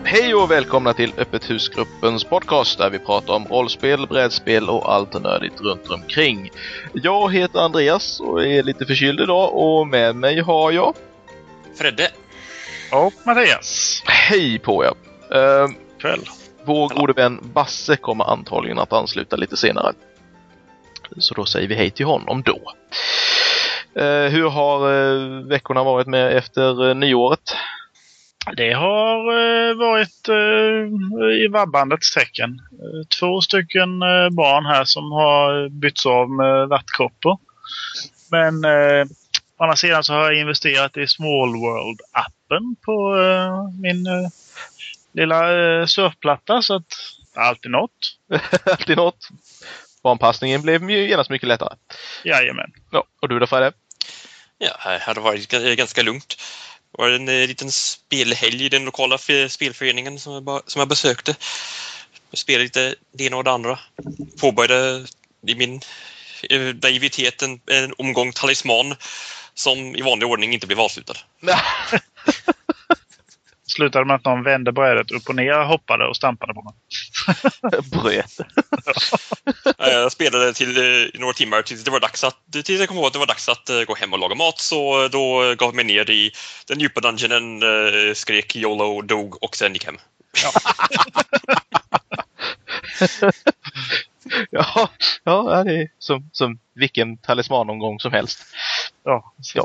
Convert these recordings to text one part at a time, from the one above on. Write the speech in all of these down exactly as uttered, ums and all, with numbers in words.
Hej och välkomna till Öppet husgruppens podcast där vi pratar om rollspel, brädspel och allt nördigt runt omkring. Jag heter Andreas och är lite förkyld idag och med mig har jag Fredde och Mattias. Hej på er. Uh, Kväll. Vår gode vän Basse kommer antagligen att ansluta lite senare. Så då säger vi hej till honom då. Uh, hur har uh, veckorna varit med efter uh, nyåret? Det har uh, varit uh, i vabbandets tecken. Uh, två stycken uh, barn här som har bytts av med vattkoppor. Men uh, å andra sidan så har jag investerat i Small World-appen på uh, min uh, lilla uh, surfplatta, så att alltid något. Alltid något. Barnpassningen blev ju genast mycket lättare. Jajamän. Ja, och du då, Fredde? Ja, här har det varit ganska lugnt. Det var en eh, liten spelhelg i den lokala f- spelföreningen som jag, ba- som jag besökte. Jag spelade lite det ena och det andra. Påbörjade i min eh, naivitet en, en omgång talisman som i vanlig ordning inte blev avslutad. Slutade med att någon vände brädet upp och ner, hoppade och stampade på mig. Bröt. Jag spelade till eh, några timmar tills det var dags att tills jag kom på att det var dags att eh, gå hem och laga mat, så då gav jag mig ner i den djupa dungeonen, eh, skrek YOLO, dog och sen gick hem. Ja. ja, ja, det är som, som vilken talismanomgång som helst. Ja, ja.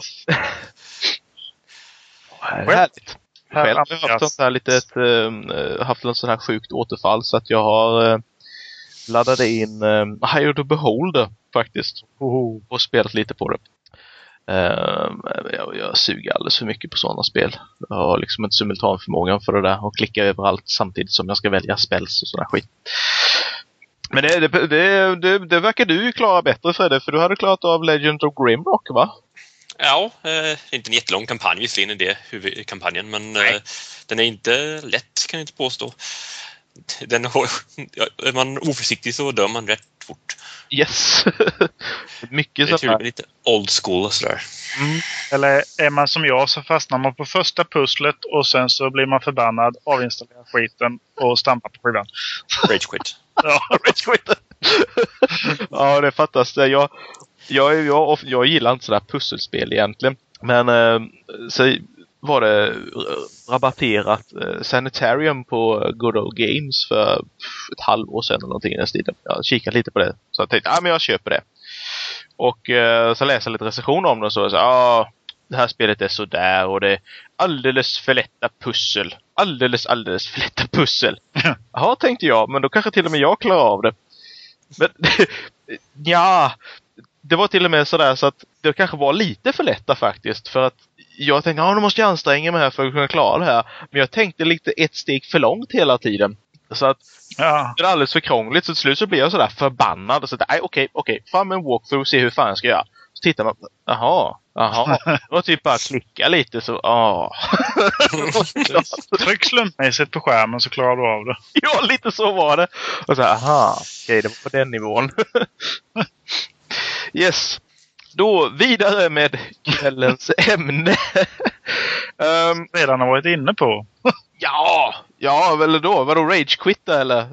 Härligt. Själv har jag haft, sånt här litet, äh, haft en sån här sjukt återfall så att jag har äh, laddade in äh, Higher to Beholder faktiskt oh, och spelat lite på det. Äh, jag, jag suger alldeles för mycket på sådana spel. Jag har liksom inte simultanförmågan för det där och klicka överallt samtidigt som jag ska välja spells och sådär skit. Men det, det, det, det, det verkar du klara bättre, Fredde, för du hade klarat av Legend of Grimrock, va? Ja, eh, inte en jättelång kampanj visserligen i det huvudkampanjen, men eh, den är inte lätt, kan jag inte påstå. Den har, är man oförsiktig så dör man rätt fort. Yes. Mycket det är sådär. lite old school och sådär. Mm. Eller är man som jag så fastnar man på första pusslet och sen så blir man förbannad, avinstallerar skiten och stampar på skivan. Rage quit. Ja, rage quit. Ja, det fattas. Jag, jag, jag, jag gillar inte sådär pusselspel egentligen. Men eh, så var det rabatterat eh, Sanitarium på Good Old Games för ett halvår sedan eller någonting i den stilen. Jag har kikat lite på det. Så jag tänkte, ja ah, men jag köper det. Och eh, så läser jag lite recensioner om det och så. Ja, ah, det här spelet är så där och det är alldeles för lätta pussel. Alldeles, alldeles för lätta pussel. Jaha, tänkte jag. Men då kanske till och med jag klarar av det. Men ja, det var till och med sådär så att det kanske var lite för lätta faktiskt. För att jag tänkte, ja nu måste jag anstränga mig här för att kunna klara det här. Men jag tänkte lite ett steg för långt hela tiden. Så att ja. Det är alldeles för krångligt. Så till slut så blir jag sådär förbannad. Så att, nej okej, okej, fram med en walkthrough och se hur fan jag ska göra. Så tittar man, jaha, jaha. Och typ bara klicka lite så, ja. Tryck slumpmässigt på skärmen så klarar du av det. Ja, lite så var det. Och så här, aha, okej, det var på den nivån. Yes. Då vidare med kvällens ämne. um, Redan har varit inne på. ja, ja, väl då. Vadå, rage quitta eller?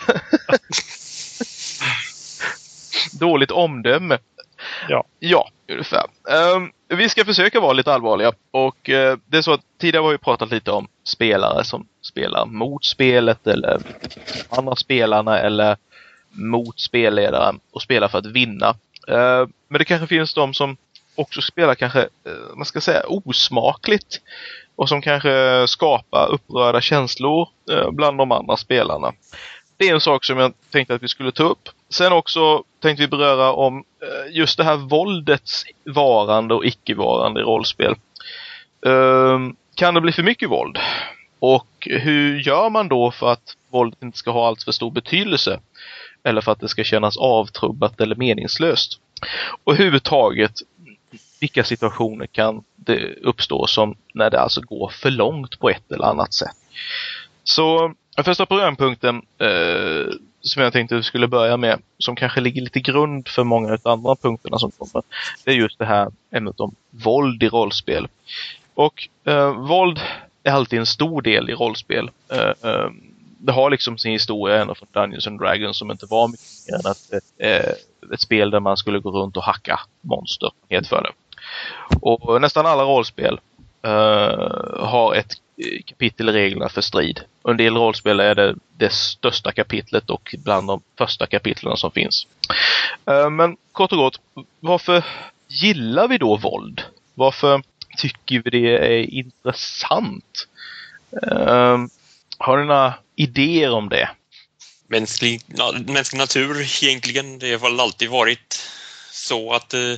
Dåligt omdöme. Ja. Ja, ungefär. Um, vi ska försöka vara lite allvarliga. Och uh, det är så att tidigare har vi pratat lite om spelare som spelar mot spelet eller andra spelarna eller mot spelledaren och spelar för att vinna. Uh, men det kanske finns de som också spelar kanske, uh, man ska säga, osmakligt och som kanske skapar upprörda känslor uh, bland de andra spelarna. Det är en sak som jag tänkte att vi skulle ta upp. Sen också tänkte vi beröra om uh, just det här våldets varande och icke-varande i rollspel. Uh, kan det bli för mycket våld? Och hur gör man då för att våldet inte ska ha allt för stor betydelse? Eller för att det ska kännas avtrubbat eller meningslöst. Och överhuvudtaget, vilka situationer kan det uppstå som när det alltså går för långt på ett eller annat sätt. Så den första programpunkten eh, som jag tänkte vi skulle börja med, som kanske ligger lite grund för många av de andra punkterna som kommer, det är just det här ämnet om våld i rollspel. Och eh, våld är alltid en stor del i rollspel. Uh, uh, det har liksom sin historia ända från Dungeons and Dragons som inte var mycket mer än ett, uh, ett spel där man skulle gå runt och hacka monster helt för det. Och nästan alla rollspel uh, har ett kapitel i reglerna för strid. Och en del rollspel är det det största kapitlet och bland de första kapitlen som finns. Uh, men kort och gott, varför gillar vi då våld? Varför tycker vi det är intressant? Uh, har ni några idéer om det? Mänsklig, na, mänsklig natur egentligen, det har väl alltid varit så att uh,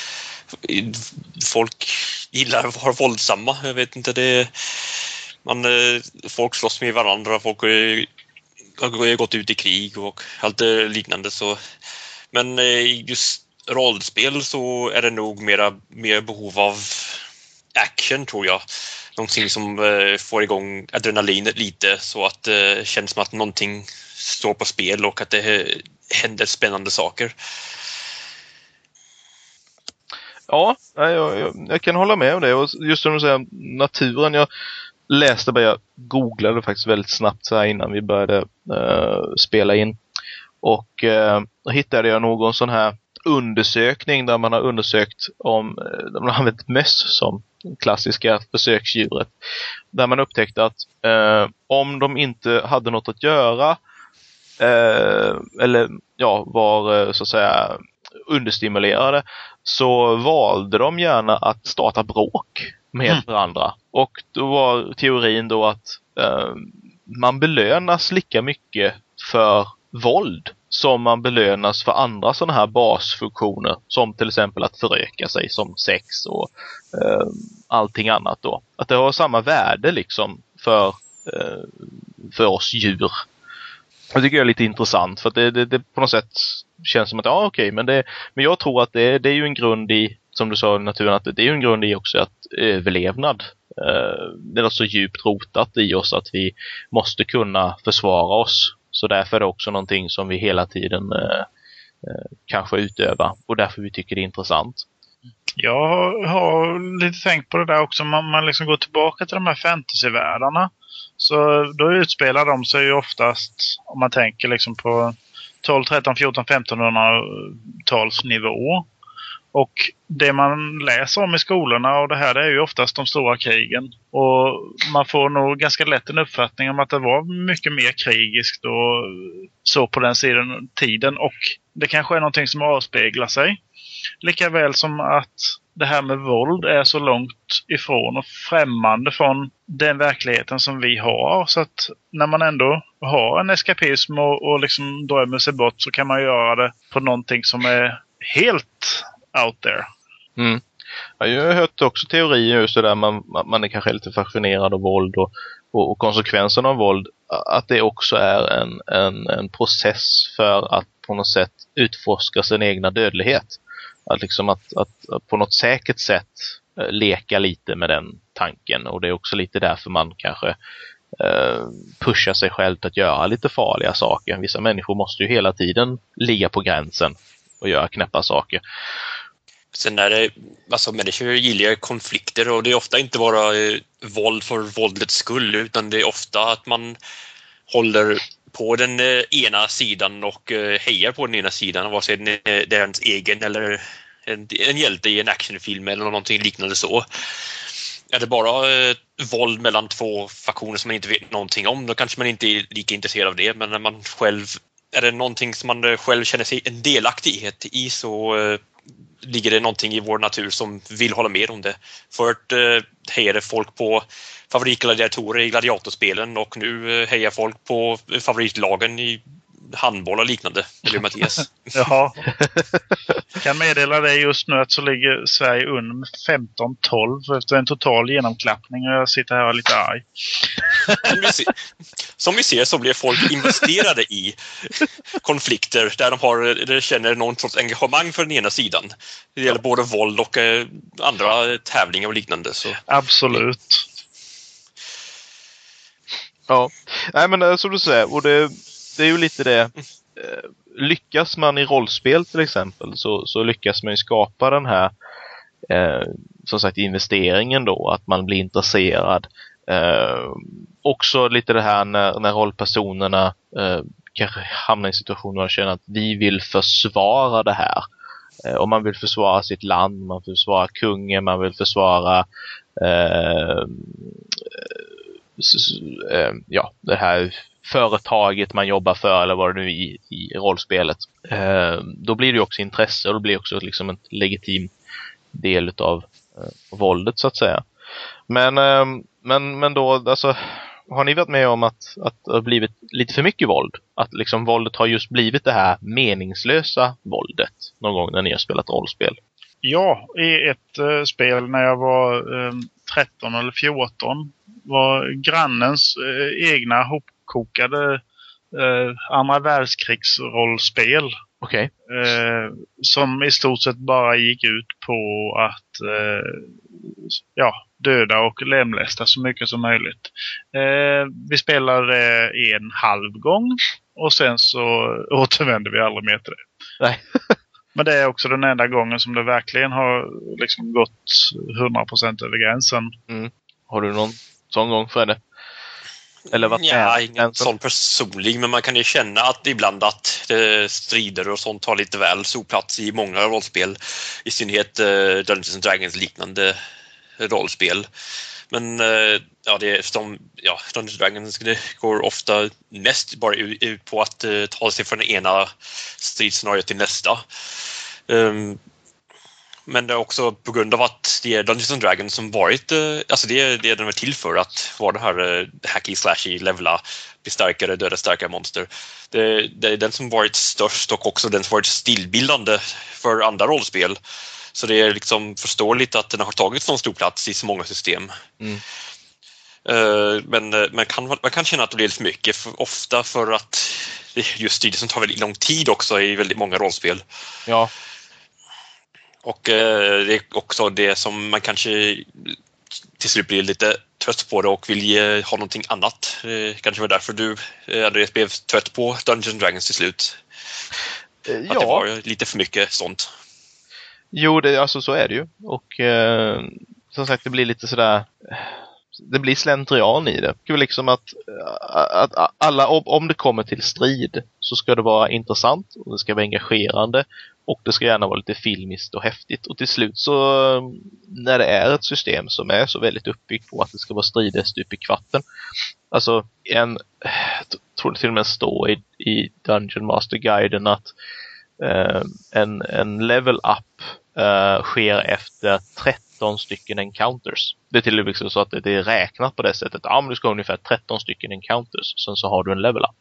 folk gillar att vara våldsamma. Jag vet inte, det man, uh, folk slåss med varandra, folk uh, har gått ut i krig och allt uh, liknande. Så. Men uh, just rollspel så är det nog mera, mer behov av action, tror jag. Någonting som uh, får igång adrenalinet lite så att det uh, känns som att någonting står på spel och att det uh, händer spännande saker. Ja, jag, jag, jag kan hålla med om det. Och just som du säger, naturen. Jag läste bara, jag googlade faktiskt väldigt snabbt så här innan vi började uh, spela in. Och uh, då hittade jag någon sån här undersökning där man har undersökt om där man har använt möss som klassiska försöksdjuret. Där man upptäckte att uh, om de inte hade något att göra uh, eller ja, var så att säga understimulerade, så valde de gärna att starta bråk med mm. varandra. Och då var teorin då att eh, man belönas lika mycket för våld som man belönas för andra sådana här basfunktioner, som till exempel att föröka sig, som sex och eh, allting annat då. Att det har samma värde liksom för, eh, för oss djur. Jag tycker det är lite intressant, för att det, det, det på något sätt känns som att ja okej, men, det, men jag tror att det, det är ju en grund i, som du sa i naturen, att det, det är ju en grund i också att överlevnad. Eh, det är så djupt rotat i oss att vi måste kunna försvara oss. Så därför är det också någonting som vi hela tiden eh, eh, kanske utövar, och därför vi tycker det är intressant. Jag har, har lite tänkt på det där också. Man, man liksom går tillbaka till de här fantasyvärldarna. Så då utspelar de sig ju oftast, om man tänker liksom på tolv, tretton, fjorton, femtonhundratals nivå. Och det man läser om i skolorna och det här, det är ju oftast de stora krigen. Och man får nog ganska lätt en uppfattning om att det var mycket mer krigiskt och så på den sidan, tiden. Och det kanske är någonting som avspeglar sig. Likaväl som att det här med våld är så långt ifrån och främmande från den verkligheten som vi har. Så att när man ändå har en eskapism och, och liksom drömmer sig bort, så kan man göra det på någonting som är helt out there. Mm. Jag har hört också teorier just där man, man är kanske lite fascinerad av våld och, och, och konsekvenserna av våld. Att det också är en, en, en process för att på något sätt utforska sin egna dödlighet. Att, liksom att, att, att på något säkert sätt eh, leka lite med den tanken. Och det är också lite därför man kanske eh, pushar sig själv att göra lite farliga saker. Vissa människor måste ju hela tiden ligga på gränsen och göra knäppa saker. Sen är det, alltså människor gillar konflikter, och det är ofta inte bara eh, våld för våldets skull, utan det är ofta att man håller på den eh, ena sidan och eh, hejar på den ena sidan, vare sig det är ens egen eller en, en hjälte i en actionfilm eller någonting liknande så. Är det bara eh, våld mellan två faktioner som man inte vet någonting om, då kanske man inte är lika intresserad av det, men när man själv, är det någonting som man själv känner sig en delaktighet i, så eh, ligger det någonting i vår natur som vill hålla med om det. Förut eh, hejade folk på favoritgladiatorer i gladiatorspelen, och nu eh, hejar folk på favoritlagen i handboll och liknande. Eller Mattias. Jaha. Jag kan meddela dig just nu att så ligger Sverige under med femton tolv efter en total genomklappning, och jag sitter här och är lite arg. Som vi ser, som vi ser så blir folk investerade i konflikter där de har, där känner någon sorts engagemang för den ena sidan. Det gäller både våld och eh, andra tävlingar och liknande. Så. Absolut. Ja, nej men som du säger, och det, det är ju lite det, lyckas man i rollspel till exempel, så, så lyckas man ju skapa den här eh, som sagt investeringen då, att man blir intresserad Eh, också lite det här när, när rollpersonerna eh, kanske hamnar i situationer och känner att vi vill försvara det här. Eh, om man vill försvara sitt land, man vill försvara kungen, man vill försvara eh, eh, ja, det här företaget man jobbar för eller vad det nu är i, i rollspelet. Eh, då blir det ju också intresse och då blir det också liksom en legitim del av eh, våldet så att säga. Men, eh, men, men då, alltså, har ni varit med om att, att det har blivit lite för mycket våld? Att liksom våldet har just blivit det här meningslösa våldet någon gång när ni har spelat rollspel? Ja, i ett eh, spel när jag var eh, tretton eller fjorton var grannens eh, egna hopkokade eh, andra världskrigsrollspel. Okej. Okay. Eh, som i stort sett bara gick ut på att eh, ja, döda och lemlästa så mycket som möjligt. Eh, vi spelade en halv gång och sen så återvände vi aldrig mer till det. Nej. Men det är också den enda gången som det verkligen har liksom gått hundra procent över gränsen. Mm. Har du någon sån gång för det? Eller vad? Ja, ingen sån personlig, men man kan ju känna att ibland att eh, strider och sånt har lite väl så plats i många rollspel. I synnerhet eh, Dungeons and Dragons liknande rollspel. Men eh, ja, det är som ja, Dungeons and Dragons det går ofta mest bara ut på att eh, ta sig från det ena stridsscenariot till nästa. Um, men det är också på grund av att det är Dungeons and Dragons som varit eh, alltså det är det den är till för att vara det här eh, hacky slashy levela, bli starkare, döda starkare monster. Det, det är den som varit störst och också den som varit stillbildande för andra rollspel. Så det är liksom förståeligt att den har tagit sån stor plats i så många system. Mm. Uh, men man kan, man kan känna att det blir för mycket för, ofta för att det just det som tar väldigt lång tid också i väldigt många rollspel. Ja. Och uh, det är också det som man kanske till slut blir lite trött på det och vill ge, ha någonting annat. Uh, kanske var därför du uh, Andreas blev trött på Dungeons and Dragons till slut. Ja. Att det var lite för mycket sånt. Jo, det, alltså så är det ju. Och eh, som sagt, det blir lite sådär... Det blir slentrian i det. Det är liksom att, att, att alla, om det kommer till strid så ska det vara intressant och det ska vara engagerande och det ska gärna vara lite filmiskt och häftigt. Och till slut så, när det är ett system som är så väldigt uppbyggt på att det ska vara strider stup i kvarten. Alltså, en, jag tror det till och med står i, i Dungeon Master Guiden att Uh, en, en level up uh, sker efter tretton stycken encounters. Det är till och med så att det är räknat på det sättet. Ja, men du ska ha ungefär tretton stycken encounters. Sen så har du en level up.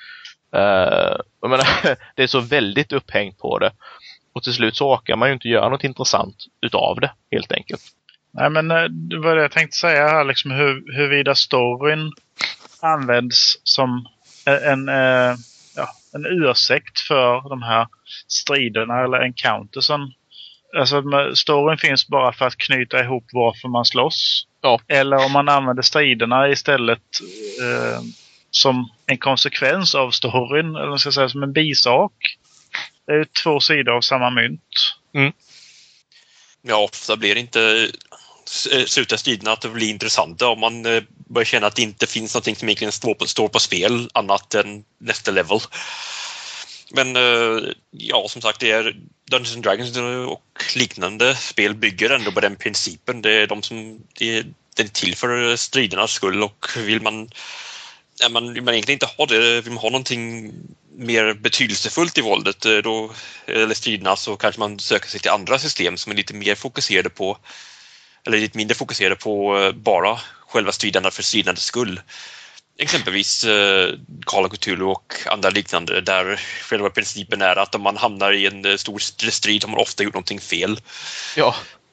Uh, jag menar, det är så väldigt upphängt på det. Och till slut så orkar man ju inte göra något intressant utav det, helt enkelt. Nej, men det var det jag tänkte säga här. Liksom hur, huruvida storyn används som en... en Ja, en ursäkt för de här striderna eller encountersen. Alltså storyn finns bara för att knyta ihop varför man slåss. Ja. Eller om man använder striderna istället eh, som en konsekvens av storyn. Eller ska jag säga som en bisak. Det är två sidor av samma mynt. Mm. Ja, ofta blir det inte slutar striderna att det blir intressanta om man eh, börjar känna att det inte finns någonting som egentligen står på, står på spel annat än nästa level. Men eh, ja, som sagt, det är Dungeons and Dragons och liknande spel bygger ändå på den principen. Det är de som det är, det är till för stridernas skull och vill man ja, man vill man egentligen inte ha det, vill man ha någonting mer betydelsefullt i våldet då, eller striderna, så kanske man söker sig till andra system som är lite mer fokuserade på eller lite mindre fokuserade på bara själva striderna för stridernas skull. Exempelvis eh, Call of Cthulhu och andra liknande där själva principen är att om man hamnar i en stor strid har man ofta gjort någonting fel. Ja.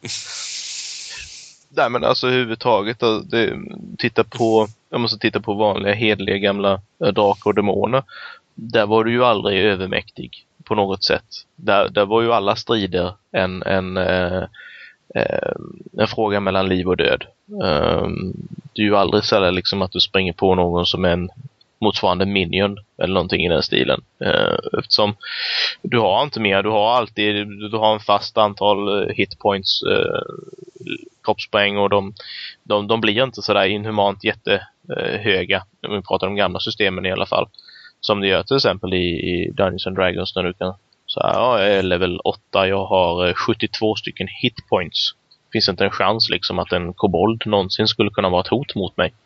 Nej, men alltså överhuvudtaget då, det, titta på, jag måste titta på vanliga hedliga gamla äh, drakar och demoner. Där var du ju aldrig övermäktig på något sätt. Där, där var ju alla strider en, en, äh, äh, en fråga mellan liv och död. Äh, det är ju aldrig så liksom att du springer på någon som är en motsvarande minion eller någonting i den stilen. Äh, eftersom du har inte mer, du har alltid du har en fast antal hitpoints äh, kroppspoäng och de, de, de blir inte sådär inhumant jättehöga, om vi pratar om gamla systemen i alla fall, som det gör till exempel i, i Dungeons and Dragons, när du kan så här, ja, jag är level åtta, jag har sjuttiotvå stycken hitpoints. Finns inte en chans liksom att en kobold någonsin skulle kunna vara ett hot mot mig.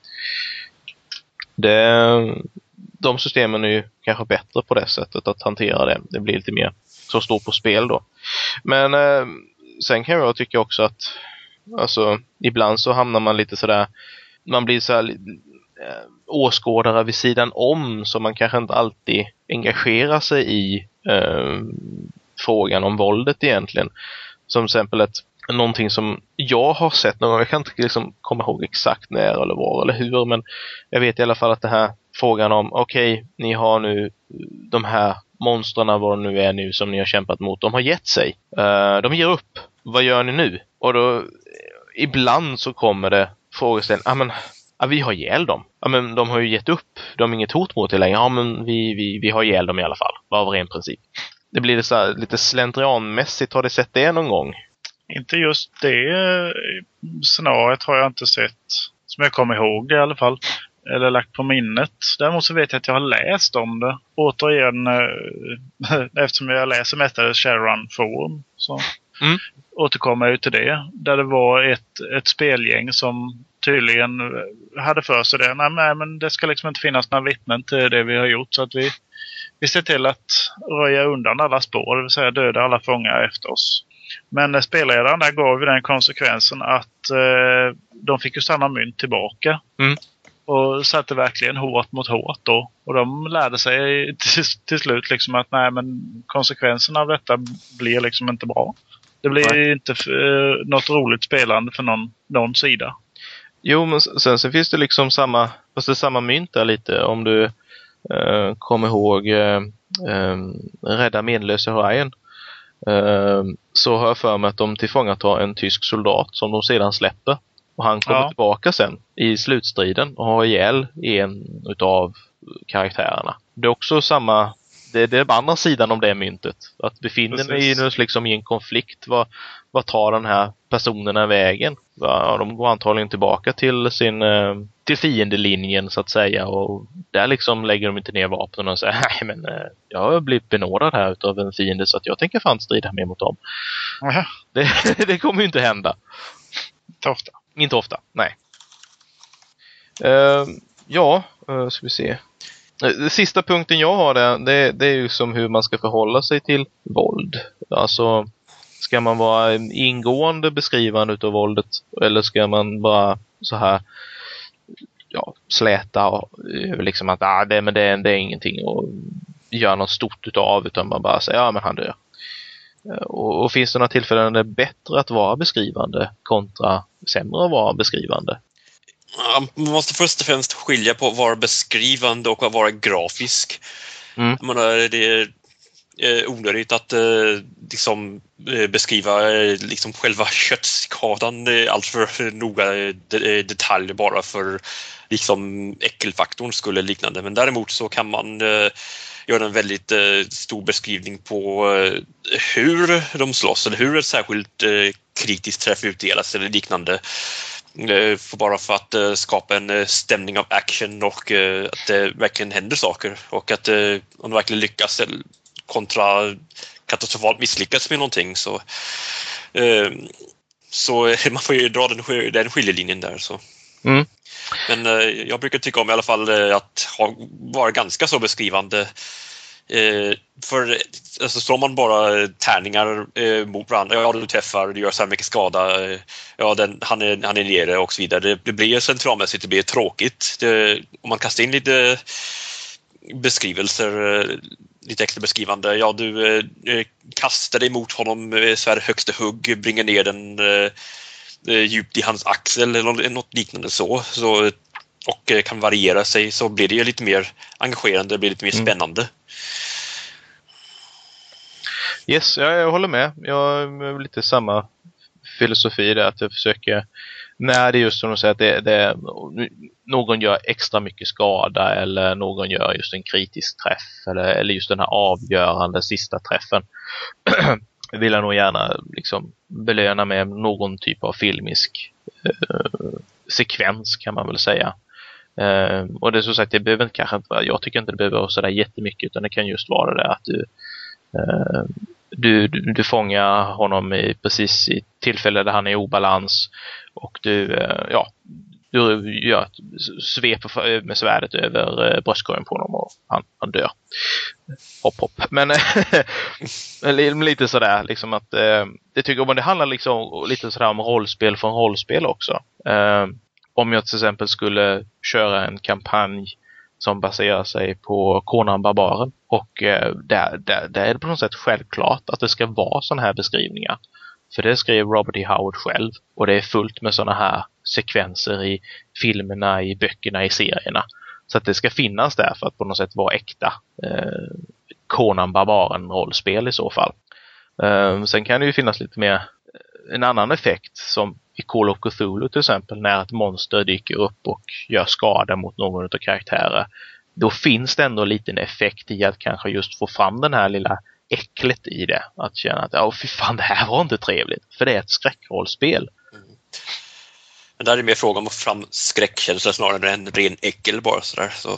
Det, de systemen är ju kanske bättre på det sättet att hantera det. Det blir lite mer så står på spel då. Men eh, sen kan jag tycka också att alltså, ibland så hamnar man lite sådär, man blir så här eh, åskådare vid sidan om, så man kanske inte alltid engagerar sig i eh, frågan om våldet egentligen. Som till exempel ett, någonting som jag har sett någon gång, jag kan inte liksom komma ihåg exakt när eller var eller hur, men jag vet i alla fall att det här frågan om, okej, okay, ni har nu de här monsterna, vad det nu är nu som ni har kämpat mot, de har gett sig. Uh, de ger upp. Vad gör ni nu? Och då ibland så kommer det frågeställning, ja men ja, vi har ihjäl dem. Ja men de har ju gett upp. De har inget hot mot det längre. Ja men vi, vi, vi har ihjäl dem i alla fall. Var av ren princip. Det blir det så här, lite slentrianmässigt. Har du sett det någon gång? Inte just det scenariot har jag inte sett. Som jag kommer ihåg det i alla fall. Eller lagt på minnet. Däremot så vet jag att jag har läst om det. Återigen, eftersom jag läser mästare Shadowrun-forum så mm. återkommer jag ju till det. Där det var ett, ett spelgäng som tydligen hade för sig det. Nej, nej men det ska liksom inte finnas några vittnen till det vi har gjort. Så att vi, vi ser till att röja undan alla spår. Det vill säga döda alla fångar efter oss. Men spelledaren där gav ju den konsekvensen att eh, de fick ju samma mynt tillbaka. Mm. Och satte verkligen hårt mot hårt då. Och de lärde sig till, till slut liksom att nej men konsekvenserna av detta blir liksom inte bra. Det blir nej. inte för, något roligt spelande för någon, någon sida. Jo, men sen så finns det liksom samma, fast det är samma mynt där lite. Om du eh, kommer ihåg eh, eh, Rädda medlösa Ryan. Eh, så har jag för mig att de tillfångatar en tysk soldat som de sedan släpper. Och han kommer ja. tillbaka sen i slutstriden och har ihjäl en utav karaktärerna. Det är också samma, det, det är på andra sidan om det myntet. Att befinner ni nu liksom i en konflikt, vad, vad tar den här personerna vägen? Ja, de går antagligen tillbaka till sin till fiendelinjen så att säga, och där liksom lägger de inte ner vapnen och säger nej men jag har blivit benådad här utav en fiende så att jag tänker fan strida mer mot dem. Aha. Det, det kommer ju inte hända. Inte ofta. Inte ofta, nej. Uh, ja, uh, ska vi se. Den sista punkten jag har där, det, det är ju som hur man ska förhålla sig till våld. Alltså, ska man vara ingående beskrivande utav våldet, eller ska man bara så här ja, släta och, liksom att ah, det, men det, det är ingenting och göra något stort utav, utan man bara säger ja men han dör. Och, och finns det några tillfällen där det är bättre att vara beskrivande kontra sämre att vara beskrivande? Man måste först och främst skilja på att vara beskrivande och att vara grafisk. Mm. Man, det är onödigt att liksom, beskriva liksom, själva köttskadan allt för noga detaljer bara för liksom, äckelfaktorn skulle liknande. Men däremot så kan man göra en väldigt eh, stor beskrivning på eh, hur de slåss eller hur ett särskilt eh, kritiskt träff utdelas eller liknande. Eh, för bara för att eh, skapa en eh, stämning av action och eh, att det eh, verkligen händer saker. Och att eh, om de verkligen lyckas kontra katastrofalt misslyckas med någonting så, eh, så man får ju dra den, den skiljelinjen där. Så. Mm. Men eh, jag brukar tycka om i alla fall eh, att ha, vara ganska så beskrivande. Eh, för alltså, slår man bara tärningar eh, mot varandra, ja du träffar, du gör så här mycket skada, eh, ja den, han, är, han är nere och så vidare. Det, det blir centralmässigt, det blir tråkigt. Det, om man kastar in lite beskrivelser, eh, lite extra beskrivande, ja du eh, kastar dig mot honom eh, så här högsta hugg, bringar ner den eh, djupt i hans axel eller något liknande så, så och kan variera sig, så blir det ju lite mer engagerande, det blir lite mer mm. spännande. Yes, jag, jag håller med. Jag har lite samma filosofi där, att jag försöker, när det är just som de säger att det, det, någon gör extra mycket skada eller någon gör just en kritisk träff eller, eller just den här avgörande sista träffen. vill jag nog gärna liksom belöna med någon typ av filmisk eh, sekvens kan man väl säga. Eh, och det är så sagt, det behöver kanske inte vara, jag tycker inte det behöver vara sådär jättemycket, utan det kan just vara det att du eh, du, du, du fångar honom i, precis i tillfälle där han är i obalans, och du eh, ja du gör ett svep med svärdet över bröstkorgen på honom och han, han dör. Hopp hopp. Men lite sådär liksom att eh, det tycker jag, det handlar liksom lite sådär om rollspel från rollspel också. Eh, om jag till exempel skulle köra en kampanj som baserar sig på Conan Barbaren, och eh, där, där, där är det på något sätt självklart att det ska vara sådana här beskrivningar. För det skrev Robert E. Howard själv, och det är fullt med sådana här sekvenser i filmerna, i böckerna, i serierna. Så att det ska finnas där för att på något sätt vara äkta eh, Conan Barbaren rollspel i så fall. Eh, sen kan det ju finnas lite mer en annan effekt, som i Call of Cthulhu till exempel, när ett monster dyker upp och gör skada mot någon av karaktärer. Då finns det ändå lite en effekt i att kanske just få fram den här lilla äcklet i det. Att känna att, ja fy fan, det här var inte trevligt. För det är ett skräckrollspel. Mm. Men där är det mer fråga om att få fram skräckkänsla snarare än ren äckel bara sådär. Så.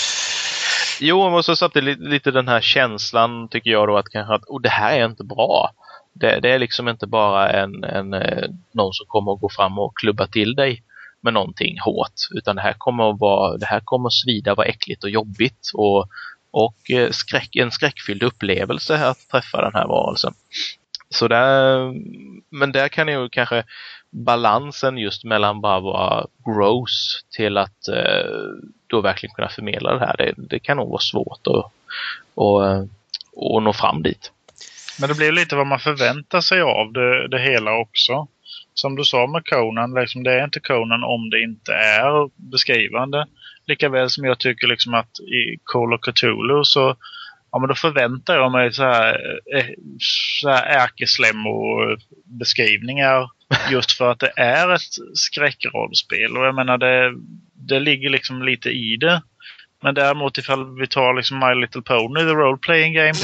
Jo, och så satt det lite den här känslan tycker jag då, att kanske att, oh, det här är inte bra. Det, det är liksom inte bara en, en, någon som kommer att gå fram och klubba till dig med någonting hårt. Utan det här kommer att vara, det här kommer att svida, vara äckligt och jobbigt. Och Och skräck, en skräckfylld upplevelse att träffa den här varelsen. Så där, men där kan ju kanske balansen just mellan bara vara gross till att eh, då verkligen kunna förmedla det här. Det, det kan nog vara svårt att, att, att nå fram dit. Men det blir lite vad man förväntar sig av det, det hela också. Som du sa med Conan, liksom, det är inte Conan om det inte är beskrivande. Likaväl som jag tycker liksom att i Call of Cthulhu så, ja, men då förväntar jag mig så här, så här ärkeslem och beskrivningar just för att det är ett skräckrollspel. Och jag menar det, det ligger liksom lite i det. Men däremot ifall vi tar liksom My Little Pony, the role-playing game.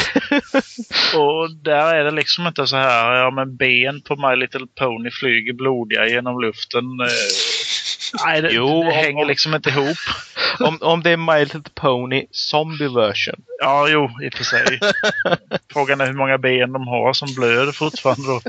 Och där är det liksom inte så här, ja men ben på My Little Pony flyger blodiga genom luften. Nej, det, jo, det hänger om, liksom inte ihop. Om, om det är My Little Pony zombie version. Ja, jo, i och för sig. Frågan är hur många ben de har som blöder fortfarande då.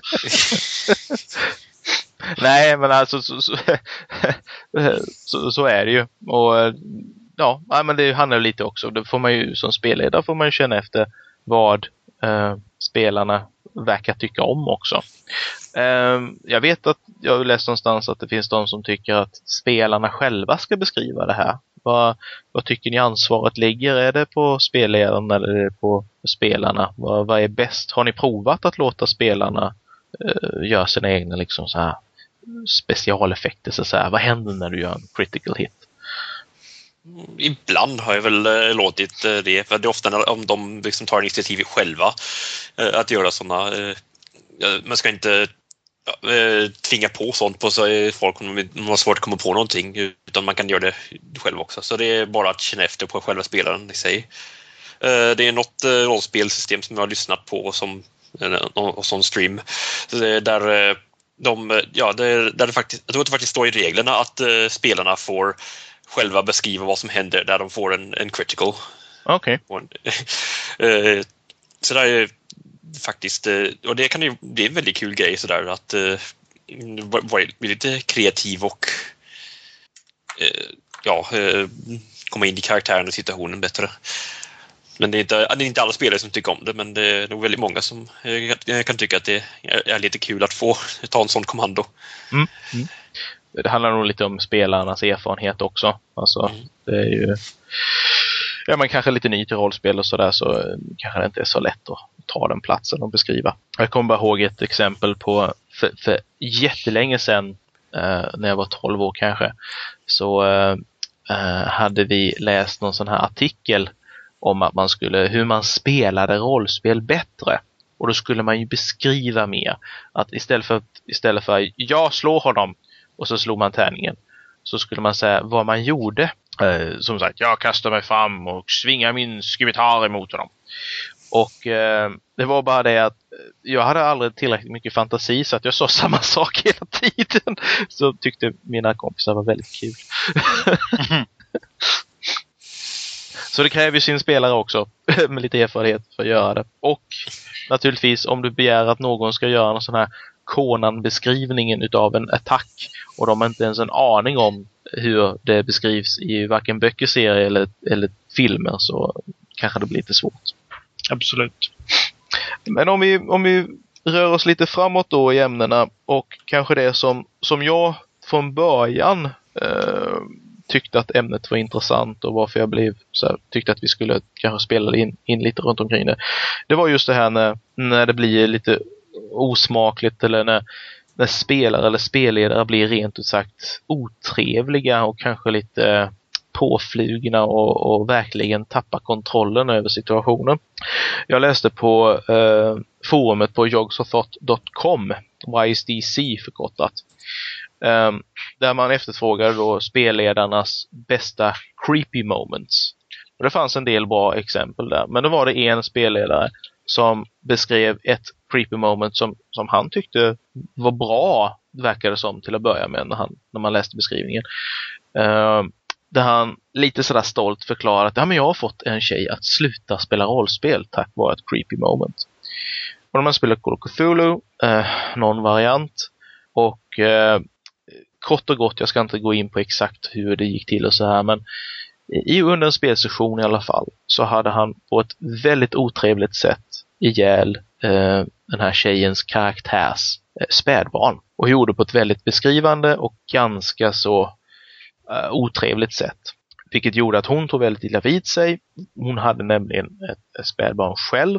Nej, men alltså så, så, så, så är det ju. Och ja, men det handlar lite också. Då får man ju som spelledare får man ju känna efter vad eh, spelarna verkar tycka om också. Eh, jag vet att jag har läst någonstans att det finns de som tycker att spelarna själva ska beskriva det här. Vad, vad tycker ni ansvaret ligger? Är det på spelledaren eller är det på spelarna? Vad, vad är bäst? Har ni provat att låta spelarna eh, göra sina egna liksom så här specialeffekter? Så här, vad händer när du gör en critical hit? Ibland har jag väl äh, låtit äh, det, för det är ofta när, om de liksom tar initiativ själva äh, att göra sådana. Äh, man ska inte äh, tvinga på sånt på sig folk om de har svårt att komma på någonting, utan man kan göra det själv också. Så det är bara att känna efter på själva spelaren i sig. Äh, det är något äh, rollspelsystem som jag har lyssnat på som och sån stream där äh, de ja där, där det faktiskt jag tror att det faktiskt står i reglerna att äh, spelarna får själva beskriva vad som händer där de får en, en critical. Okej. Okay. Så det är faktiskt, och det kan ju bli en väldigt kul grej sådär att vara lite kreativ och ja, komma in i karaktären och situationen bättre. Men det är, inte, det är inte alla spelare som tycker om det, men det är nog väldigt många som kan tycka att det är lite kul att få ta en sån kommando. Mm. Mm. Det handlar nog lite om spelarnas erfarenhet också. Alltså, mm. det är ju... Ja, man kanske är lite ny till rollspel och sådär, så kanske det inte är så lätt att ta den platsen och beskriva. Jag kommer bara ihåg ett exempel på för, för jättelänge sedan, eh, när jag var tolv år kanske, så eh, hade vi läst någon sån här artikel om att man skulle, hur man spelade rollspel bättre. Och då skulle man ju beskriva mer. Att istället för, istället för jag slår honom och så slog man tärningen, så skulle man säga vad man gjorde. Eh, som sagt, jag kastar mig fram och svingar min skimitar emot honom. Och eh, det var bara det att jag hade aldrig tillräckligt mycket fantasi så att jag sa samma sak hela tiden. Så tyckte mina kompisar var väldigt kul. Så det kräver ju sin spelare också med lite erfarenhet för att göra det. Och naturligtvis om du begär att någon ska göra en sån här Conan-beskrivningen utav en attack och de har inte ens en aning om hur det beskrivs i varken böcker, serier eller, eller filmer, så kanske det blir lite svårt. Absolut. Men om vi, om vi rör oss lite framåt då i ämnena, och kanske det som, som jag från början eh, tyckte att ämnet var intressant och varför jag blev så här, tyckte att vi skulle kanske spela in, in lite runt omkring det. Det var just det här när, när det blir lite osmakligt, eller när, när spelare eller spelledare blir rent ut sagt otrevliga och kanske lite påflugna och, och verkligen tappar kontrollen över situationen. Jag läste på eh, forumet på jogsofthought dot com, Y S D C förkortat, eh, där man efterfrågade då spelledarnas bästa creepy moments. Och det fanns en del bra exempel där, men då var det en spelledare som beskrev ett creepy moment som, som han tyckte var bra, verkade som till att börja med när, han, när man läste beskrivningen. Uh, där han lite sådär stolt förklarade att ja, men jag har fått en tjej att sluta spela rollspel tack vare ett creepy moment. Och när man spelar Call of Cthulhu, uh, någon variant, och uh, kort och gott, jag ska inte gå in på exakt hur det gick till och så här, men i under en spelsession i alla fall så hade han på ett väldigt otrevligt sätt ihjäl eh, den här tjejens karaktärs eh, spädbarn, och gjorde på ett väldigt beskrivande och ganska så eh, otrevligt sätt, vilket gjorde att hon tog väldigt illa vid sig. Hon hade nämligen ett, ett spädbarn själv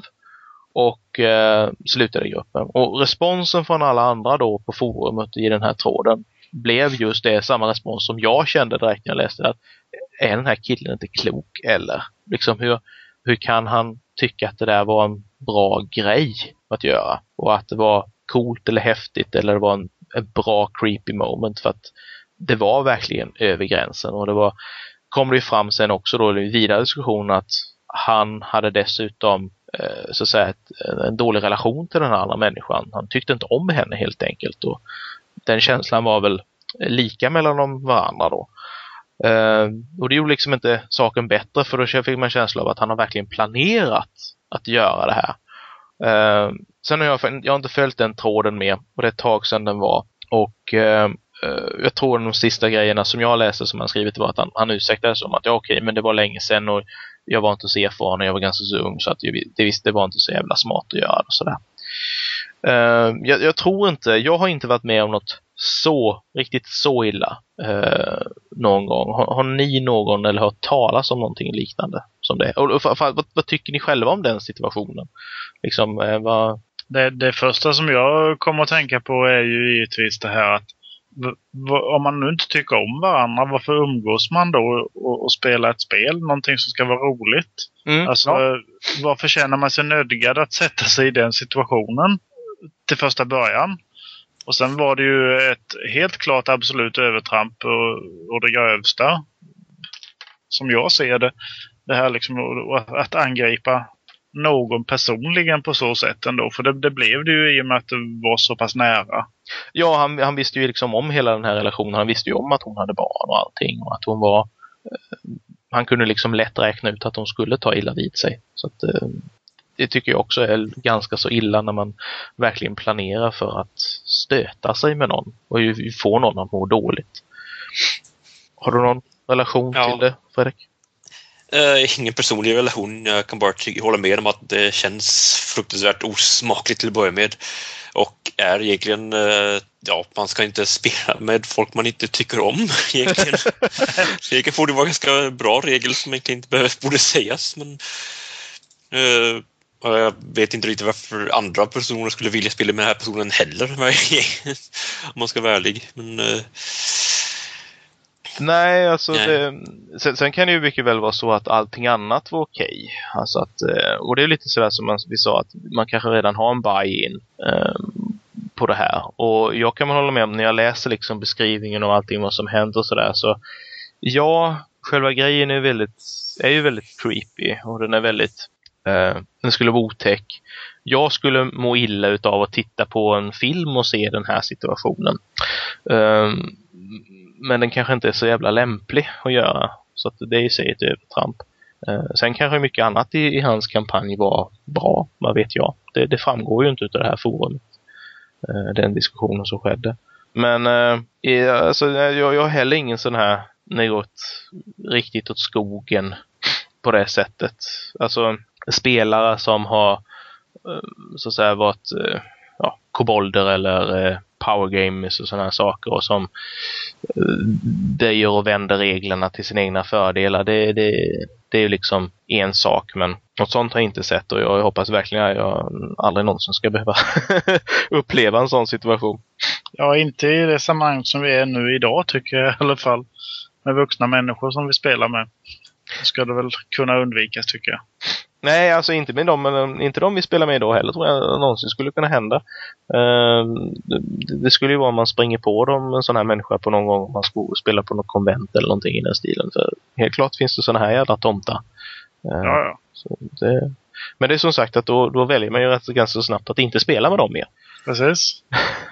och eh, slutade gruppen, och responsen från alla andra då på forumet i den här tråden blev just det, samma respons som jag kände direkt när jag läste det, att är den här killen inte klok, eller liksom hur, hur kan han tycka att det där var en bra grej att göra, och att det var coolt eller häftigt, eller det var en, en bra creepy moment, för att det var verkligen över gränsen. Och det var, kom det ju fram sen också då i vidare diskussion att han hade dessutom eh, så att säga ett, en dålig relation till den här andra människan. Han tyckte inte om henne helt enkelt, och den känslan var väl lika mellan de varandra då. Uh, och det gjorde liksom inte saken bättre, för då fick man känsla av att han har verkligen planerat att göra det här. Uh, sen har jag, jag har inte följt den tråden med, och det är ett tag sedan den var. Och uh, uh, jag tror de sista grejerna som jag läste som han skrivit var att han, han ursäktade som att ja okej, men det var länge sedan och jag var inte så erfaren och jag var ganska så ung, så att jag, det visste det var inte så jävla smart att göra det och sådär. Uh, jag, jag tror inte, jag har inte varit med om något så, riktigt så illa uh, någon gång. Har, har ni någon eller hört talas om någonting liknande som det? Och, och, för, vad, vad tycker ni själva om den situationen? Liksom, uh, vad... det, det första som jag kommer att tänka på är ju givetvis det här att v- v- om man nu inte tycker om varandra, varför umgås man då och, och spelar ett spel, någonting som ska vara roligt? Mm, alltså, ja. Varför känner man sig nödgad att sätta sig i den situationen till första början? Och sen var det ju ett helt klart absolut övertramp och, och det grövsta, som jag ser det, det här liksom att angripa någon personligen på så sätt ändå. För det, det blev det ju i och med att det var så pass nära. Ja, han, han visste ju liksom om hela den här relationen. Han visste ju om att hon hade barn och allting, och att hon var... Eh, han kunde liksom lätt räkna ut att hon skulle ta illa vid sig. Så att... Eh, det tycker jag också är ganska så illa när man verkligen planerar för att stöta sig med någon och ju få någon att må dåligt. Har du någon relation ja. till det, Fredrik? Uh, ingen personlig relation. Jag kan bara ty- hålla med om att det känns fruktansvärt osmakligt till att börja med. Och är egentligen, uh, ja, man ska inte spela med folk man inte tycker om egentligen. Så egentligen får det vara ganska bra regel som egentligen inte behöver, borde sägas. Men... Uh, jag vet inte riktigt varför andra personer skulle vilja spela med den här personen heller, om man ska vara ärlig. Men, uh... Nej, alltså Nej. Det, sen, sen kan det ju mycket väl vara så att allting annat var okej. Alltså att, och det är lite sådär som man, vi sa, att man kanske redan har en buy-in um, på det här. Och jag kan hålla med om, när jag läser liksom beskrivningen och allting vad som händer och sådär, så ja, själva grejen är väldigt är ju väldigt creepy, och den är väldigt Uh, den skulle vara otäck. Jag skulle må illa utav att titta på en film och se den här situationen. Uh, men den kanske inte är så jävla lämplig att göra. Så att det är i sig ett övertramp. Uh, sen kanske mycket annat i, i hans kampanj var bra, vad vet jag. Det, det framgår ju inte utav det här forumet. Uh, den diskussionen som skedde. Men uh, i, alltså, jag, jag har heller ingen sån här något riktigt åt skogen på det sättet. Alltså spelare som har så att säga varit ja, kobolder eller power games och sådana här saker och som det gör och vänder reglerna till sina egna fördelar. Det, det, det är ju liksom en sak, men något sånt har jag inte sett och jag hoppas verkligen att jag aldrig någonsin ska behöva uppleva en sån situation. Ja, inte i det sammanhang som vi är nu idag tycker jag i alla fall. Med vuxna människor som vi spelar med. Så ska det väl kunna undvikas tycker jag. Nej, alltså inte med dem, men inte de vi spelar med idag heller tror jag någonsin skulle kunna hända. Uh, det, det skulle ju vara om man springer på dem, en sån här människa på någon gång om man skulle spela på något konvent eller någonting i den stilen. För helt klart finns det såna här jävla tomtar. Uh, ja, ja. Så det, men det är som sagt att då, då väljer man ju rätt ganska snabbt att inte spela med dem mer. Precis.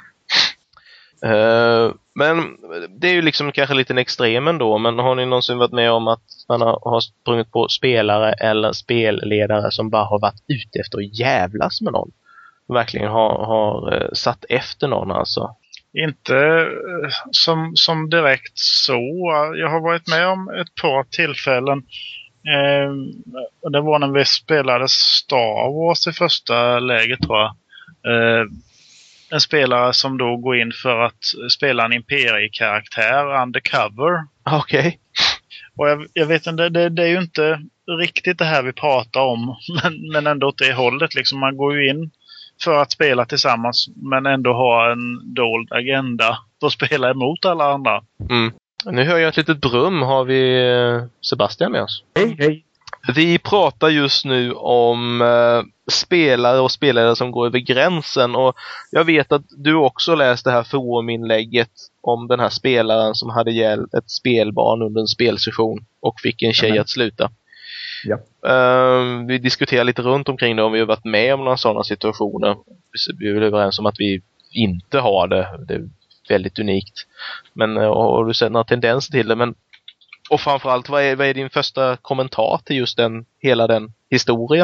Uh, men det är ju liksom kanske lite en extrem ändå, men har ni någonsin varit med om att man har, har sprungit på spelare eller spelledare som bara har varit ute efter att jävlas med någon? Verkligen har, har uh, satt efter någon alltså? Inte uh, som, som direkt så. Jag har varit med om ett par tillfällen. Uh, och det var när vi spelade Star Wars i första läget tror jag. Uh, En spelare som då går in för att spela en imperiekaraktär undercover. Okej. Okay. Och jag, jag vet inte, det, det är ju inte riktigt det här vi pratar om. Men, men ändå åt det hållet. Liksom, man går ju in för att spela tillsammans. Men ändå ha en dold agenda. För att spela emot alla andra. Mm. Nu hör jag ett litet brum. Har vi Sebastian med oss? Hej, hej. Vi pratar just nu om uh, spelare och spelare som går över gränsen och jag vet att du också läst det här foruminlägget om den här spelaren som hade hjälpt ett spelbarn under en spelsession och fick en tjej mm. att sluta. Ja. Uh, vi diskuterar lite runt omkring det om vi har varit med om några sådana situationer. Vi är väl överens om att vi inte har det. Det är väldigt unikt. Men uh, har du sett några tendenser till det? Men och framförallt, vad är, vad är din första kommentar till just den, hela den historien?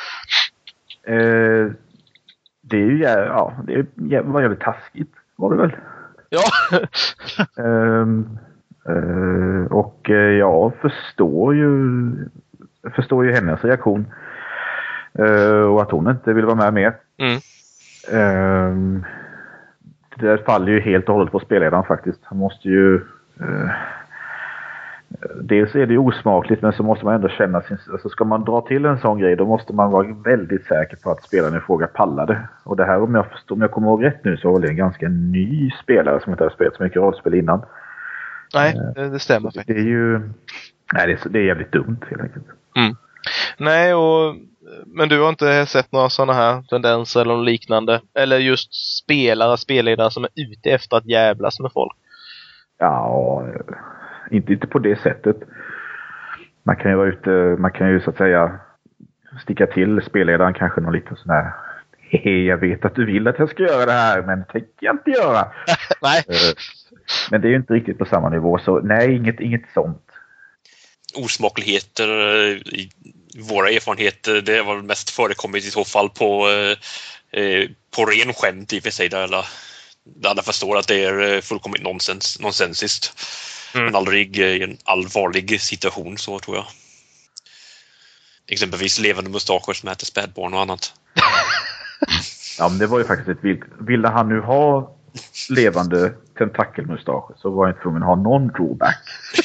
Eh, det är ju ja, det var jävligt taskigt, var det väl? Ja. eh, eh, och jag förstår ju förstår ju hennes reaktion. Eh, och att hon inte vill vara med mer. Mm. Eh, det där faller ju helt och hållet på spelledaren faktiskt. Han måste ju... Eh, dels är det ju osmakligt, men så måste man ändå känna sin... Alltså ska man dra till en sån grej, då måste man vara väldigt säker på att spelaren i fråga pallade. Och det här, om jag, förstår, om jag kommer ihåg rätt nu, så var det en ganska ny spelare som inte har spelat så mycket rollspel innan. Nej, det, det stämmer faktiskt. Det är ju... Nej, det är, det är jävligt dumt helt enkelt. Mm. Nej, och... Men du har inte sett några sådana här tendenser eller liknande? Eller just spelare, spelledare som är ute efter att jävlas med folk? Ja... Inte, inte på det sättet. Man kan ju vara ute, man kan ju så att säga sticka till spelledaren kanske någon liten sån här hej, jag vet att du vill att jag ska göra det här, men det tänker jag inte göra. Nej. Men det är ju inte riktigt på samma nivå, så nej, inget, inget sånt. Osmakligheter i våra erfarenheter, det var mest förekommit i så fall på, eh, på ren skämt i och för sig, där alla, där alla förstår att det är fullkomligt nonsens, nonsensiskt. Mm. Men aldrig i en allvarlig situation, så tror jag. Exempelvis levande mustascher som äter spädbarn och annat. Ja, men det var ju faktiskt ett vilt. Ville han nu ha levande tentakelmustascher, så var han tvungen att ha någon drawback.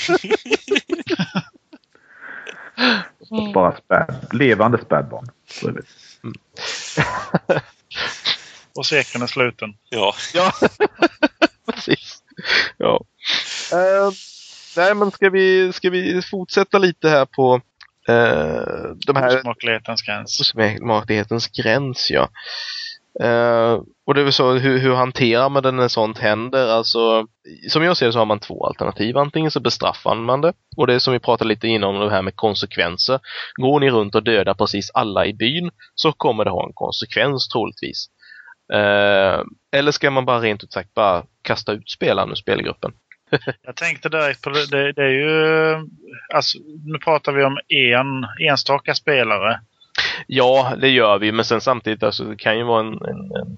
Bara späd, levande spädbarn. Mm. Och cirkeln är sluten. Ja. Ja, precis. Ja. Uh, nej, men ska vi, ska vi fortsätta lite här på uh, de här... Osmaklighetens gräns. Osmaklighetens gräns, ja. Uh, och det är väl så, hur, hur hanterar man det när sånt händer? Alltså, som jag ser det så har man två alternativ. Antingen så bestraffar man det. Och det är som vi pratade lite innan om det här med konsekvenser. Går ni runt och dödar precis alla i byn så kommer det ha en konsekvens troligtvis. Uh, eller ska man bara rent ut sagt bara kasta ut spelaren ur spelgruppen? Jag tänkte direkt på det, det, det är ju, alltså nu pratar vi om en enstaka spelare. Ja, det gör vi, men sen samtidigt alltså, det kan ju vara en, en, en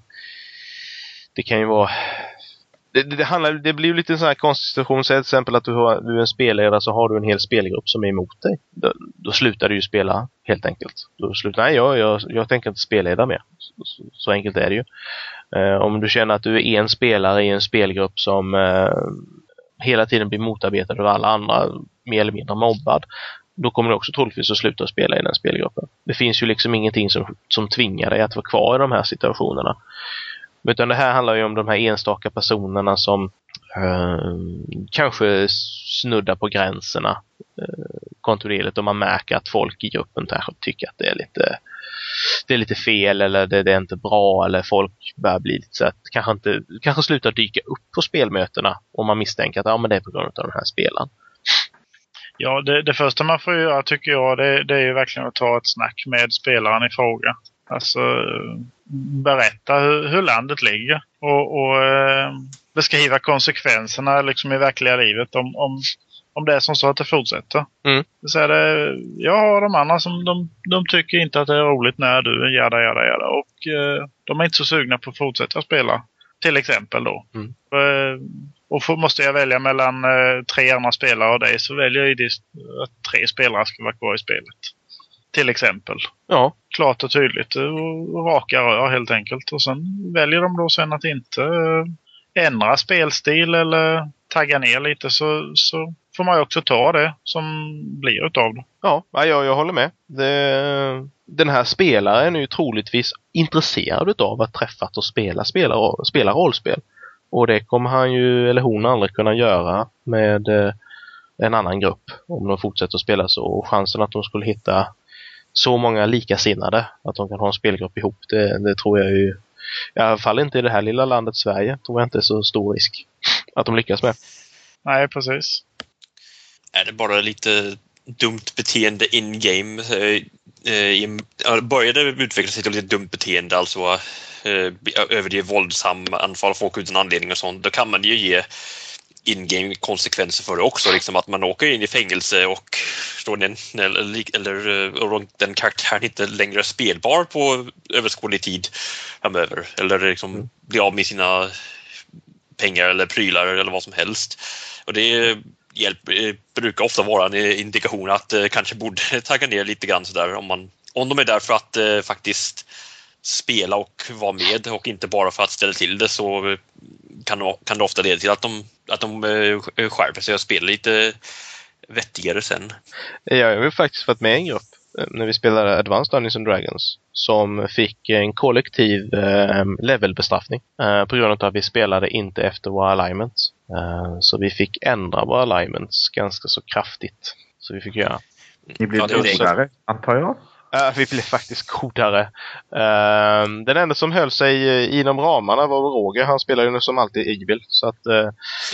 det kan ju vara det, det, det handlar, det blir ju lite en sån här konstig situation. Säg till exempel att du, har, du är en spelare, så har du en hel spelgrupp som är emot dig. Då, då slutar du ju spela helt enkelt. Då slutar, nej, jag, jag, jag tänker inte spelleda mer. Så, så, så enkelt är det ju. Uh, om du känner att du är en spelare i en spelgrupp som uh, hela tiden blir motarbetad av alla andra, mer eller mindre mobbad, då kommer du också troligtvis att sluta spela i den spelgruppen. Det finns ju liksom ingenting som, som tvingar dig att vara kvar i de här situationerna. Utan det här handlar ju om de här enstaka personerna som eh, kanske snuddar på gränserna eh, kontinuerligt, och man märker att folk i gruppen kanske tycker att det är lite det är lite fel, eller det, det är inte bra, eller folk börjar bli lite så att kanske inte kanske slutar dyka upp på spelmötena om man misstänker att ja, men det är på grund av den här spelaren. Ja, det, det första man får göra tycker jag det, det är ju verkligen att ta ett snack med spelaren i fråga. Alltså berätta hur, hur landet ligger och, och eh, beskriva konsekvenserna liksom i verkliga livet om, om, om det är som så att det fortsätter. Mm. Så är det, jag har de andra som de, de tycker inte att det är roligt när du jada jada jada och eh, de är inte så sugna på att fortsätta spela. Till exempel då. Mm. Eh, och för, måste jag välja mellan eh, tre andra spelare och dig, så väljer jag ju att tre spelare ska vara kvar i spelet. Till exempel. Ja. Klart och tydligt. Och, och raka rör helt enkelt. Och sen väljer de då sen att inte eh, ändra spelstil eller tagga ner lite, så, så får man ju också ta det som blir utav det. Ja, jag, jag håller med. Det, den här spelaren är ju troligtvis intresserad av att träffa och spela, spela, spela rollspel. Och det kommer han ju, eller hon, aldrig kunna göra med eh, en annan grupp om de fortsätter att spela så. Och chansen att de skulle hitta så många likasinnade att de kan ha en spelgrupp ihop, det, det tror jag ju, i alla fall inte i det här lilla landet Sverige, tror jag inte är så stor risk att de lyckas med. Nej, precis. Är det bara lite dumt beteende in-game? Eh, började utveckla sig till lite dumt beteende, alltså eh, överdrivet våldsam anfall folk utan anledning och sånt, då kan man ju ge in-game konsekvenser för det också, liksom att man åker in i fängelse och står den, eller, eller och den karaktären inte längre är spelbar på överskådlig tid framöver, eller liksom mm. blir av med sina pengar eller prylar eller vad som helst. Och det hjälp, brukar ofta vara en indikation att eh, kanske borde tagga ner lite grann sådär, om, man, om de är där för att eh, faktiskt spela och vara med och inte bara för att ställa till det, så kan, kan det ofta leda till att de, att de eh, skärper sig och spelar lite vettigare sen. Jag har ju faktiskt varit med i en grupp när vi spelade Advanced Dungeons and Dragons som fick en kollektiv eh, levelbestraffning eh, på grund av att vi spelade inte efter våra alignments. Eh, så vi fick ändra våra alignments ganska så kraftigt. Så vi fick göra. Ni blev Ja, godare, antar jag? Uh, vi blev faktiskt godare. Uh, den enda som höll sig uh, inom ramarna var Roger. Han spelade ju som alltid Evil. Så att... Uh...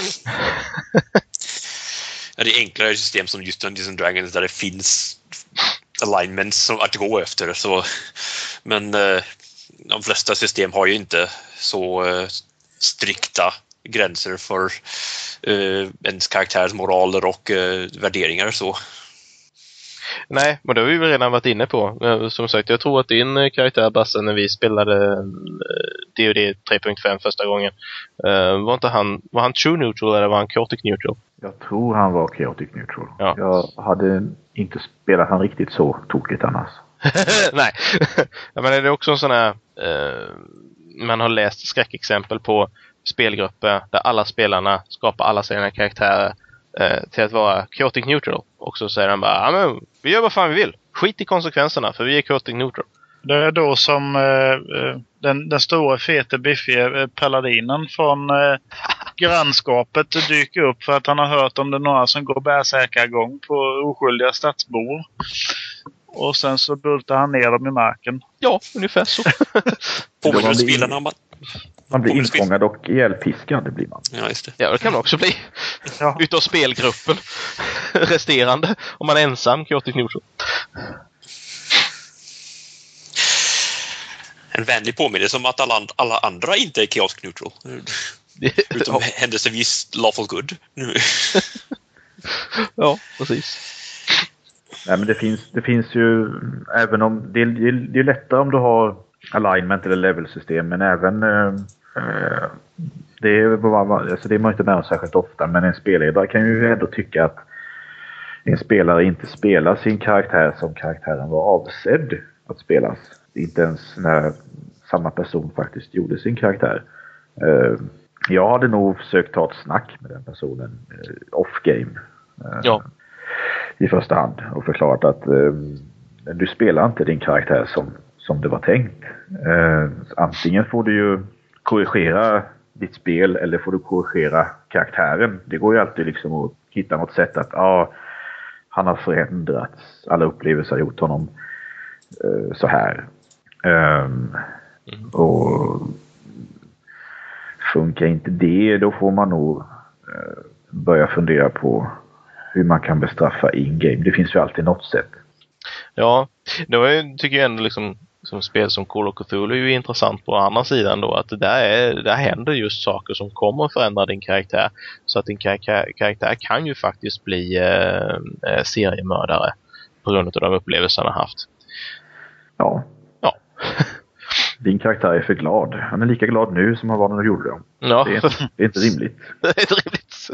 ja, det är enklare system som just Dungeons and Dragons där det finns alignments som att gå efter. Så... Men uh, de flesta system har ju inte så uh, strikta gränser för uh, ens karaktärs moraler och uh, värderingar så. Nej, men det har vi väl redan varit inne på. Som sagt, jag tror att din karaktär Basse, när vi spelade D och D tre punkt fem första gången, var inte han, var han true neutral eller var han chaotic neutral? Jag tror han var chaotic neutral. Ja. Jag hade inte spelat han riktigt så tokigt annars. Nej, men det är också en sån här uh, man har läst skräckexempel på spelgrupper där alla spelarna skapar alla sina karaktärer uh, till att vara chaotic neutral. Och så säger han bara, ja men vi gör vad fan vi vill. Skit i konsekvenserna, för vi är chaotic neutral. Det är då som eh, den, den stora fete biffiga eh, paladinen från eh, grannskapet dyker upp för att han har hört om det är några som går bärsäkargång på oskyldiga stadsbor. och sen så bultar han ner dem i marken. Ja, ungefär så. Påminner spelarna om att... Man blir infångad och ihjälpiskad, det blir man. Ja, just det. Ja, det kan man också bli. Ja. Utav spelgruppen. Resterande. Om man är ensam, Chaotic Neutral. En vänlig påminnelse om att alla, alla andra inte är Chaotic Neutral. Utom Ja. händelsevis Lawful Good. Ja, precis. Nej, men det finns, det finns ju, även om det är, det är, det är lättare om du har alignment eller level-system, men även eh, det är bara, alltså det är man inte med om särskilt ofta, men en spelledare kan ju ändå tycka att en spelare inte spelar sin karaktär som karaktären var avsedd att spelas. Inte ens när samma person faktiskt gjorde sin karaktär. Eh, jag hade nog försökt ta ett snack med den personen eh, off-game. Eh, Ja. I första hand och förklarat att eh, du spelar inte din karaktär som, som det var tänkt. Eh, antingen får du ju korrigera ditt spel eller får du korrigera karaktären. Det går ju alltid liksom att hitta något sätt att ah, han har förändrats. Alla upplevelser har gjort honom eh, så här. Eh, mm. Och funkar inte det, då får man nog eh, börja fundera på hur man kan bestraffa in-game. Det finns ju alltid något sätt. Ja, då är, tycker jag ändå liksom som spel som Call of Cthulhu är ju intressant på andra sidan då, att det där, är, där händer just saker som kommer att förändra din karaktär, så att din kar- karaktär kan ju faktiskt bli eh, seriemördare på grund av de upplevelser han har haft. Ja. Ja. Din karaktär är för glad. Han är lika glad nu som han var när du gjorde det. Ja. Det, är inte, det är inte rimligt. Det är inte rimligt.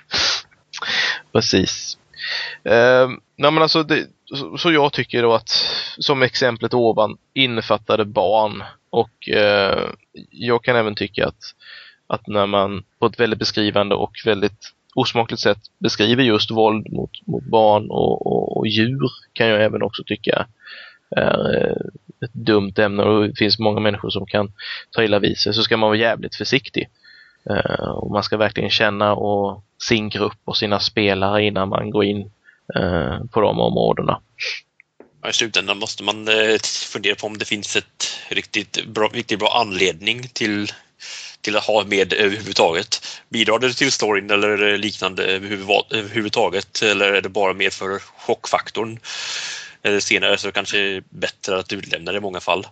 Precis. Eh, nej men alltså det, så, så jag tycker då att som exemplet ovan innefattade barn, och eh, jag kan även tycka att, att när man på ett väldigt beskrivande och väldigt osmakligt sätt beskriver just våld mot, mot barn och, och, och djur, kan jag även också tycka är ett dumt ämne, och det finns många människor som kan ta illa vid sig, så ska man vara jävligt försiktig. Uh, och man ska verkligen känna och sin grupp och sina spelare innan man går in uh, på de områdena. Ja, i slutändan måste man eh, fundera på om det finns ett riktigt bra, riktigt bra anledning till, till att ha med överhuvudtaget. Bidrar det till storyn eller liknande överhuvudtaget, eller är det bara mer för chockfaktorn? Eller senare så kanske det är bättre att utlämna det i många fall.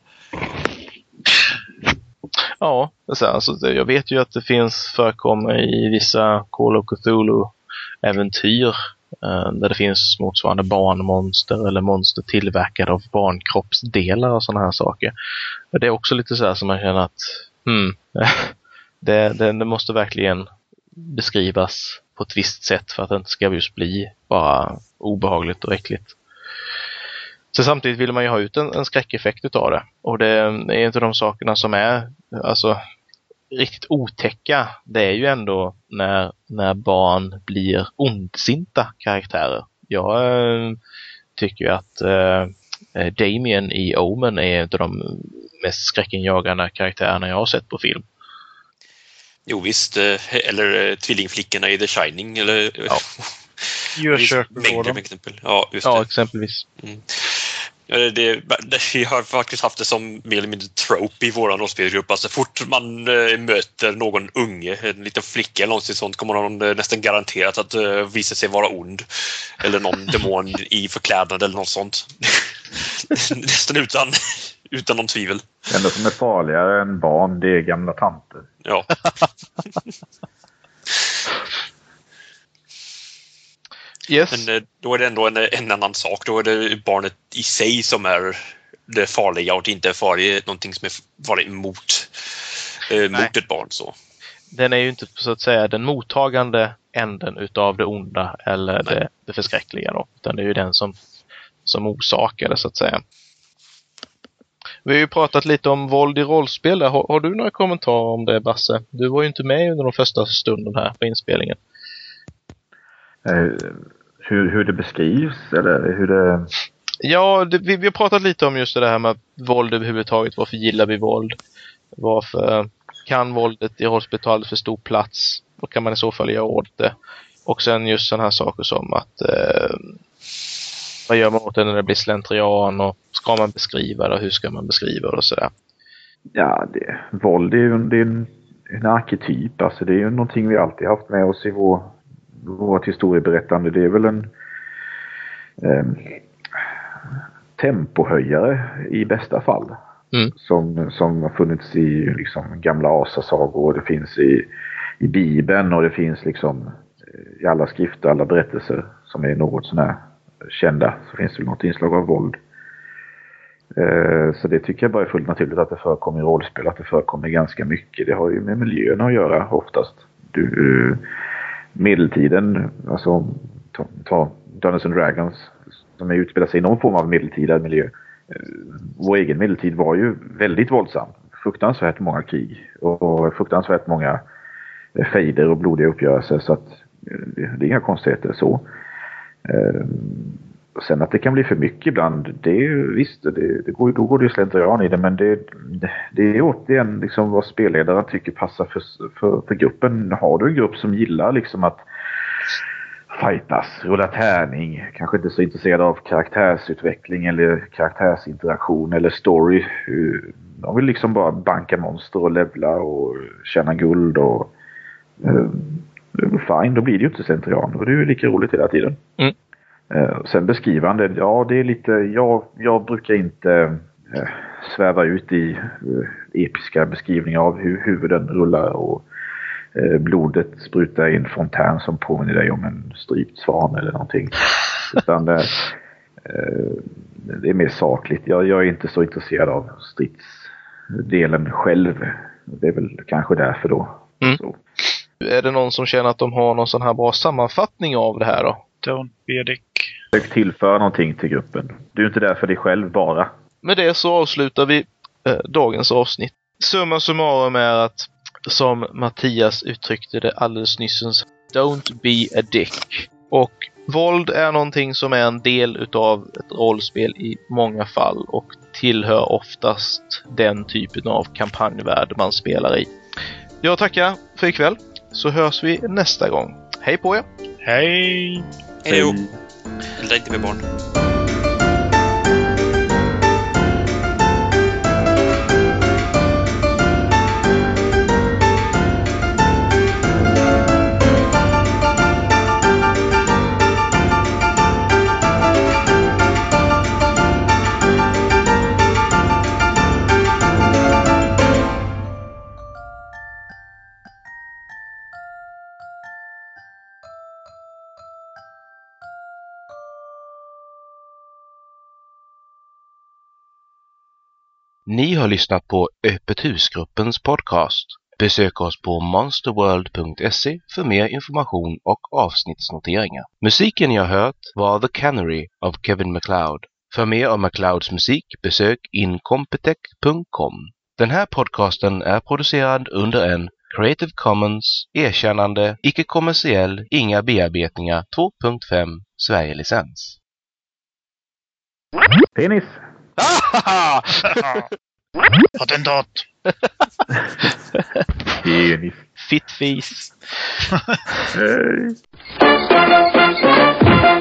Ja, alltså, jag vet ju att det finns förekommer i vissa Call of Cthulhu-äventyr eh, där det finns motsvarande barnmonster eller monster tillverkade av barnkroppsdelar och sådana här saker. Det är också lite så här som man känner att hmm, det, det, det måste verkligen beskrivas på ett visst sätt för att det inte ska just bli bara obehagligt och äckligt. Så samtidigt vill man ju ha ut en, en skräckeffekt utav det. Och det är inte de sakerna som är alltså riktigt otäcka. Det är ju ändå när, när barn blir ondsinta karaktärer. Jag äh, tycker ju att äh, Damien i Omen är en av de mest skräckinjagande karaktärerna jag har sett på film. Jo visst, eller tvillingflickorna i The Shining, eller... Ja. Mängder med exempel. Ja, just ja det. exempelvis. Mm. Ja, det, det, vi har faktiskt haft det som mer eller mindre trope i vår rollspelgrupp. Alltså fort man äh, möter någon unge, en liten flicka eller någonting sånt, kommer någon äh, nästan garanterat att äh, visa sig vara ond. Eller någon demon i förklädnad eller något sånt. Nästan utan, utan någon tvivel. Det enda som är farligare än barn, det är gamla tanter. Ja. Yes. Men då är det ändå en, en annan sak. Då är det barnet i sig som är det farliga och inte farligt, någonting som är farligt mot, eh, mot ett barn. Så. Den är ju inte så att säga den mottagande änden utav det onda eller det, det förskräckliga då. Utan det är ju den som, som orsakar det så att säga. Vi har ju pratat lite om våld i rollspel. Har, har du några kommentarer om det, Basse? Du var ju inte med under de första stunden här på inspelningen. Eh, hur, hur det beskrivs eller hur det... Ja, det, vi, vi har pratat lite om just det här med våld överhuvudtaget. Varför gillar vi våld? Varför kan våldet i rollspel ta alldeles för stor plats? Vad kan man i så fall göra åt det? Och sen just sådana här saker som att eh, vad gör man åt det när det blir slentrian och ska man beskriva det och hur ska man beskriva det och sådär? Ja, det, våld är ju det är en, en arketyp. Alltså det är ju någonting vi alltid haft med oss i vår, vårt historieberättande. Det är väl en eh, tempohöjare i bästa fall. Mm. Som, som har funnits i liksom, gamla asasagor, och det finns i, i Bibeln, och det finns liksom i alla skrifter, alla berättelser som är något sån här kända, så finns det något inslag av våld. Eh, så det tycker jag bara är fullt naturligt att det förekommer i rollspel, att det förekommer ganska mycket. Det har ju med miljön att göra oftast. Du, medeltiden, alltså ta, ta Dungeons and Dragons som är utspelar sig i någon form av medeltida miljö. Vår egen medeltid var ju väldigt våldsam. Fruktansvärt många krig och fruktansvärt många fejder och blodiga uppgörelser, så att det är inga konstigheter så. Och sen att det kan bli för mycket ibland, det är visst, det, det går, då går det ju slentrian i det, men det, det, det är återigen liksom vad spelledaren tycker passar för, för, för gruppen. Har du en grupp som gillar liksom att fightas, rulla tärning, kanske inte så intresserad av karaktärsutveckling eller karaktärsinteraktion eller story. De vill liksom bara banka monster och levla och tjäna guld och uh, fine, då blir det ju inte slentrian, och det är ju lika roligt hela tiden. Mm. Uh, sen beskrivande, ja det är lite, jag, jag brukar inte uh, sväva ut i uh, episka beskrivningar av hur huvuden rullar och blodet sprutar i en fontän som påminner dig om en strypt svan eller någonting. Utan det, det är mer sakligt. Jag, jag är inte så intresserad av stridsdelen själv. Det är väl kanske därför då. Mm. Så. Är det någon som känner att de har någon sån här bra sammanfattning av det här då? Don't be a dick. Försök tillföra någonting till gruppen. Du är inte där för dig själv bara. Med det så avslutar vi eh, dagens avsnitt. Summa summarum är att, som Mattias uttryckte det alldeles nyss, don't be a dick. Och våld är någonting som är en del utav ett rollspel i många fall och tillhör oftast den typen av kampanjvärld man spelar i. Jag tackar för ikväll, så hörs vi nästa gång. Hej på er! Hej! Hej då! Lägg inte med barn. Ni har lyssnat på Öppet husgruppens podcast. Besök oss på monsterworld punkt se för mer information och avsnittsnoteringar. Musiken ni har hört var The Canary av Kevin MacLeod. För mer av MacLeods musik besök incompetech punkt com. Den här podcasten är producerad under en Creative Commons erkännande, icke-kommersiell, inga bearbetningar två punkt fem Sverige-licens. Penis! Attentat! Penis. Fitfis. Hej.